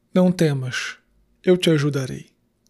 Não temas, eu te ajudarei.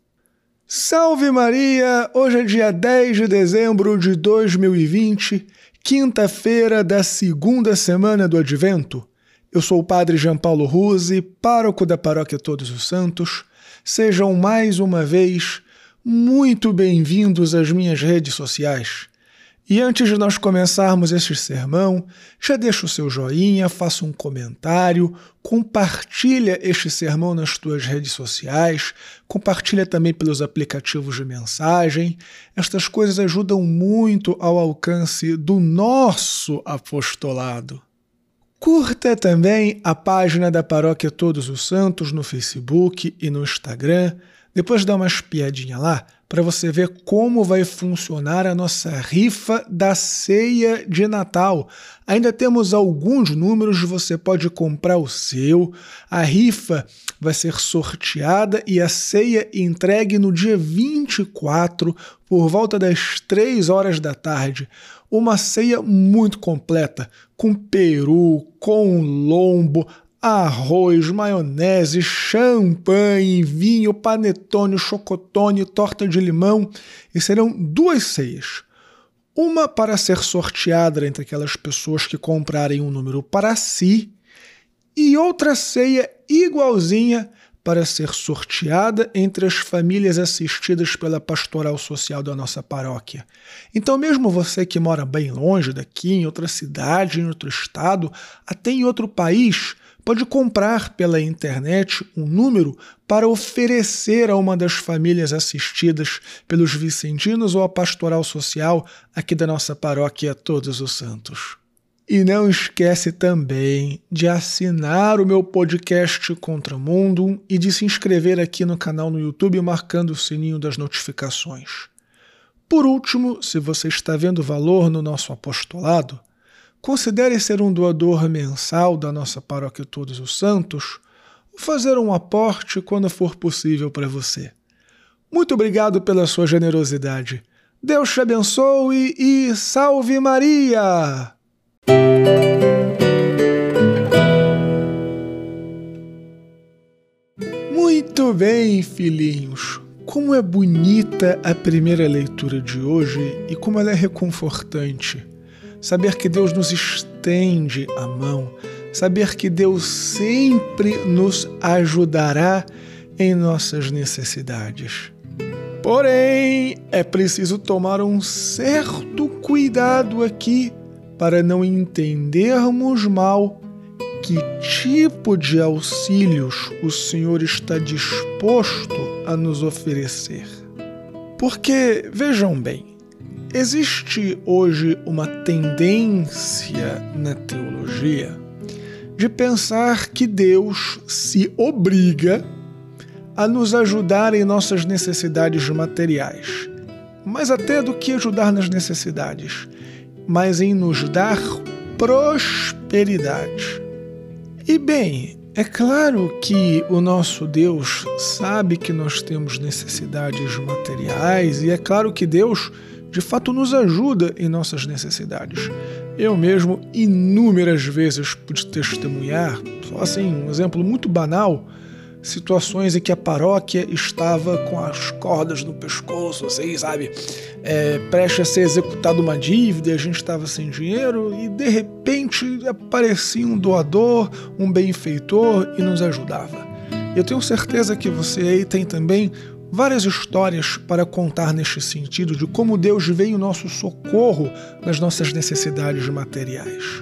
Salve Maria! Hoje é dia 10 de dezembro de 2020, quinta-feira da segunda semana do Advento. Eu sou o Padre Jean Paulo Ruse, pároco da Paróquia Todos os Santos. Sejam mais uma vez muito bem-vindos às minhas redes sociais. E antes de nós começarmos este sermão, já deixa o seu joinha, faça um comentário, compartilha este sermão nas tuas redes sociais, compartilha também pelos aplicativos de mensagem. Estas coisas ajudam muito ao alcance do nosso apostolado. Curta também a página da Paróquia Todos os Santos no Facebook e no Instagram. Depois dá uma espiadinha lá para você ver como vai funcionar a nossa rifa da ceia de Natal. Ainda temos alguns números, você pode comprar o seu. A rifa vai ser sorteada e a ceia entregue no dia 24, por volta das 3 horas da tarde. Uma ceia muito completa, com peru, com lombo, arroz, maionese, champanhe, vinho, panetone, chocotone, torta de limão. E serão 2 ceias. Uma para ser sorteada entre aquelas pessoas que comprarem um número para si e outra ceia igualzinha para ser sorteada entre as famílias assistidas pela pastoral social da nossa paróquia. Então, mesmo você que mora bem longe daqui, em outra cidade, em outro estado, até em outro país, pode comprar pela internet um número para oferecer a uma das famílias assistidas pelos vicentinos ou a pastoral social aqui da nossa paróquia Todos os Santos. E não esquece também de assinar o meu podcast Contramundum e de se inscrever aqui no canal no YouTube marcando o sininho das notificações. Por último, se você está vendo valor no nosso apostolado, considere ser um doador mensal da nossa Paróquia Todos os Santos ou fazer um aporte quando for possível para você. Muito obrigado pela sua generosidade. Deus te abençoe e salve Maria! Muito bem, filhinhos. Como é bonita a primeira leitura de hoje e como ela é reconfortante. Saber que Deus nos estende a mão, saber que Deus sempre nos ajudará em nossas necessidades. Porém, é preciso tomar um certo cuidado aqui para não entendermos mal que tipo de auxílios o Senhor está disposto a nos oferecer. Porque, vejam bem, existe hoje uma tendência na teologia de pensar que Deus se obriga a nos ajudar em nossas necessidades materiais, mas até do que ajudar nas necessidades, mas em nos dar prosperidade. E bem, é claro que o nosso Deus sabe que nós temos necessidades materiais e é claro que Deus de fato nos ajuda em nossas necessidades. Eu mesmo inúmeras vezes pude testemunhar, só assim, um exemplo muito banal, situações em que a paróquia estava com as cordas no pescoço, assim, sabe? Prestes a ser executada uma dívida, a gente estava sem dinheiro e de repente aparecia um doador, um benfeitor e nos ajudava. Eu tenho certeza que você aí tem também várias histórias para contar neste sentido de como Deus veio em nosso socorro nas nossas necessidades materiais.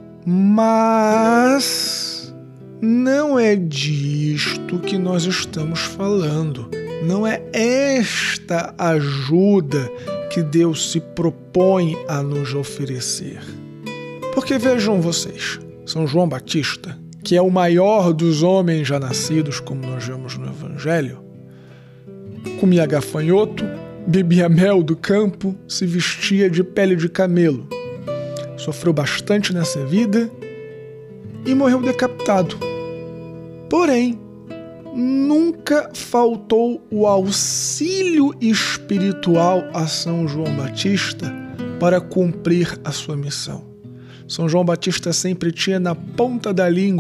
Mas não é disto que nós estamos falando. Não é esta ajuda que Deus se propõe a nos oferecer. Porque vejam vocês, São João Batista, que é o maior dos homens já nascidos, como nós vemos no Evangelho, comia gafanhoto, bebia mel do campo, se vestia de pele de camelo. Sofreu bastante nessa vida e morreu decapitado. Porém, nunca faltou o auxílio espiritual a São João Batista para cumprir a sua missão. São João Batista sempre tinha na ponta da língua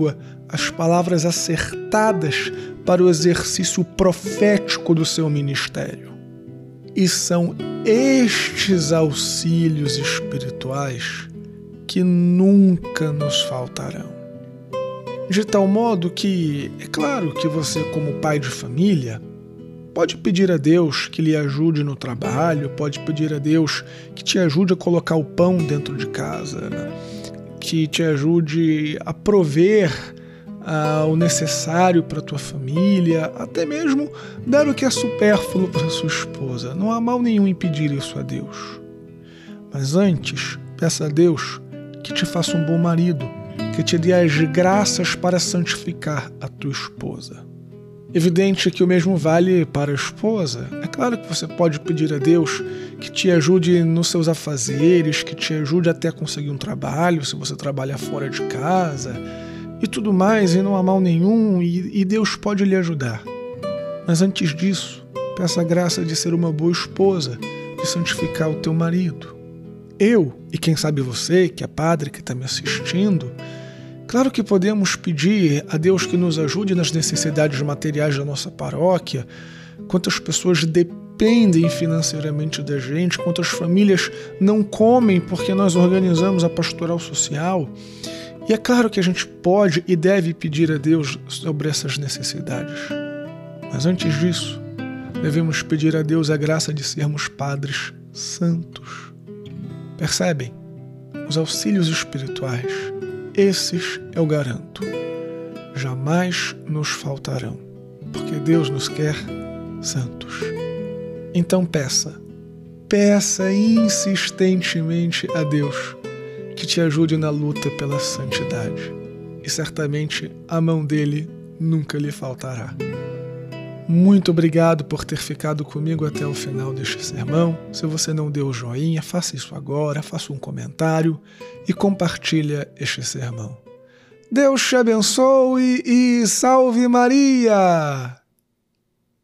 as palavras acertadas para o exercício profético do seu ministério. E são estes auxílios espirituais que nunca nos faltarão. De tal modo que, é claro que você, como pai de família, pode pedir a Deus que lhe ajude no trabalho, pode pedir a Deus que te ajude a colocar o pão dentro de casa, que te ajude a prover o necessário para a tua família, até mesmo dar o que é supérfluo para sua esposa. Não há mal nenhum em pedir isso a Deus. Mas antes, peça a Deus que te faça um bom marido, que te dê as graças para santificar a tua esposa. Evidente que o mesmo vale para a esposa. É claro que você pode pedir a Deus que te ajude nos seus afazeres, que te ajude até a conseguir um trabalho, se você trabalha fora de casa, e tudo mais, e não há mal nenhum, e Deus pode lhe ajudar. Mas antes disso, peça a graça de ser uma boa esposa, de santificar o teu marido. Eu, e quem sabe você, que é padre, que está me assistindo, claro que podemos pedir a Deus que nos ajude nas necessidades materiais da nossa paróquia, quantas pessoas dependem financeiramente da gente, quantas famílias não comem porque nós organizamos a pastoral social. E é claro que a gente pode e deve pedir a Deus sobre essas necessidades. Mas antes disso, devemos pedir a Deus a graça de sermos padres santos. Percebem? Os auxílios espirituais, esses eu garanto, jamais nos faltarão, porque Deus nos quer santos. Então peça insistentemente a Deus que te ajude na luta pela santidade, e certamente a mão dele nunca lhe faltará. Muito obrigado por ter ficado comigo até o final deste sermão. Se você não deu o joinha, faça isso agora, faça um comentário e compartilha este sermão. Deus te abençoe e salve Maria!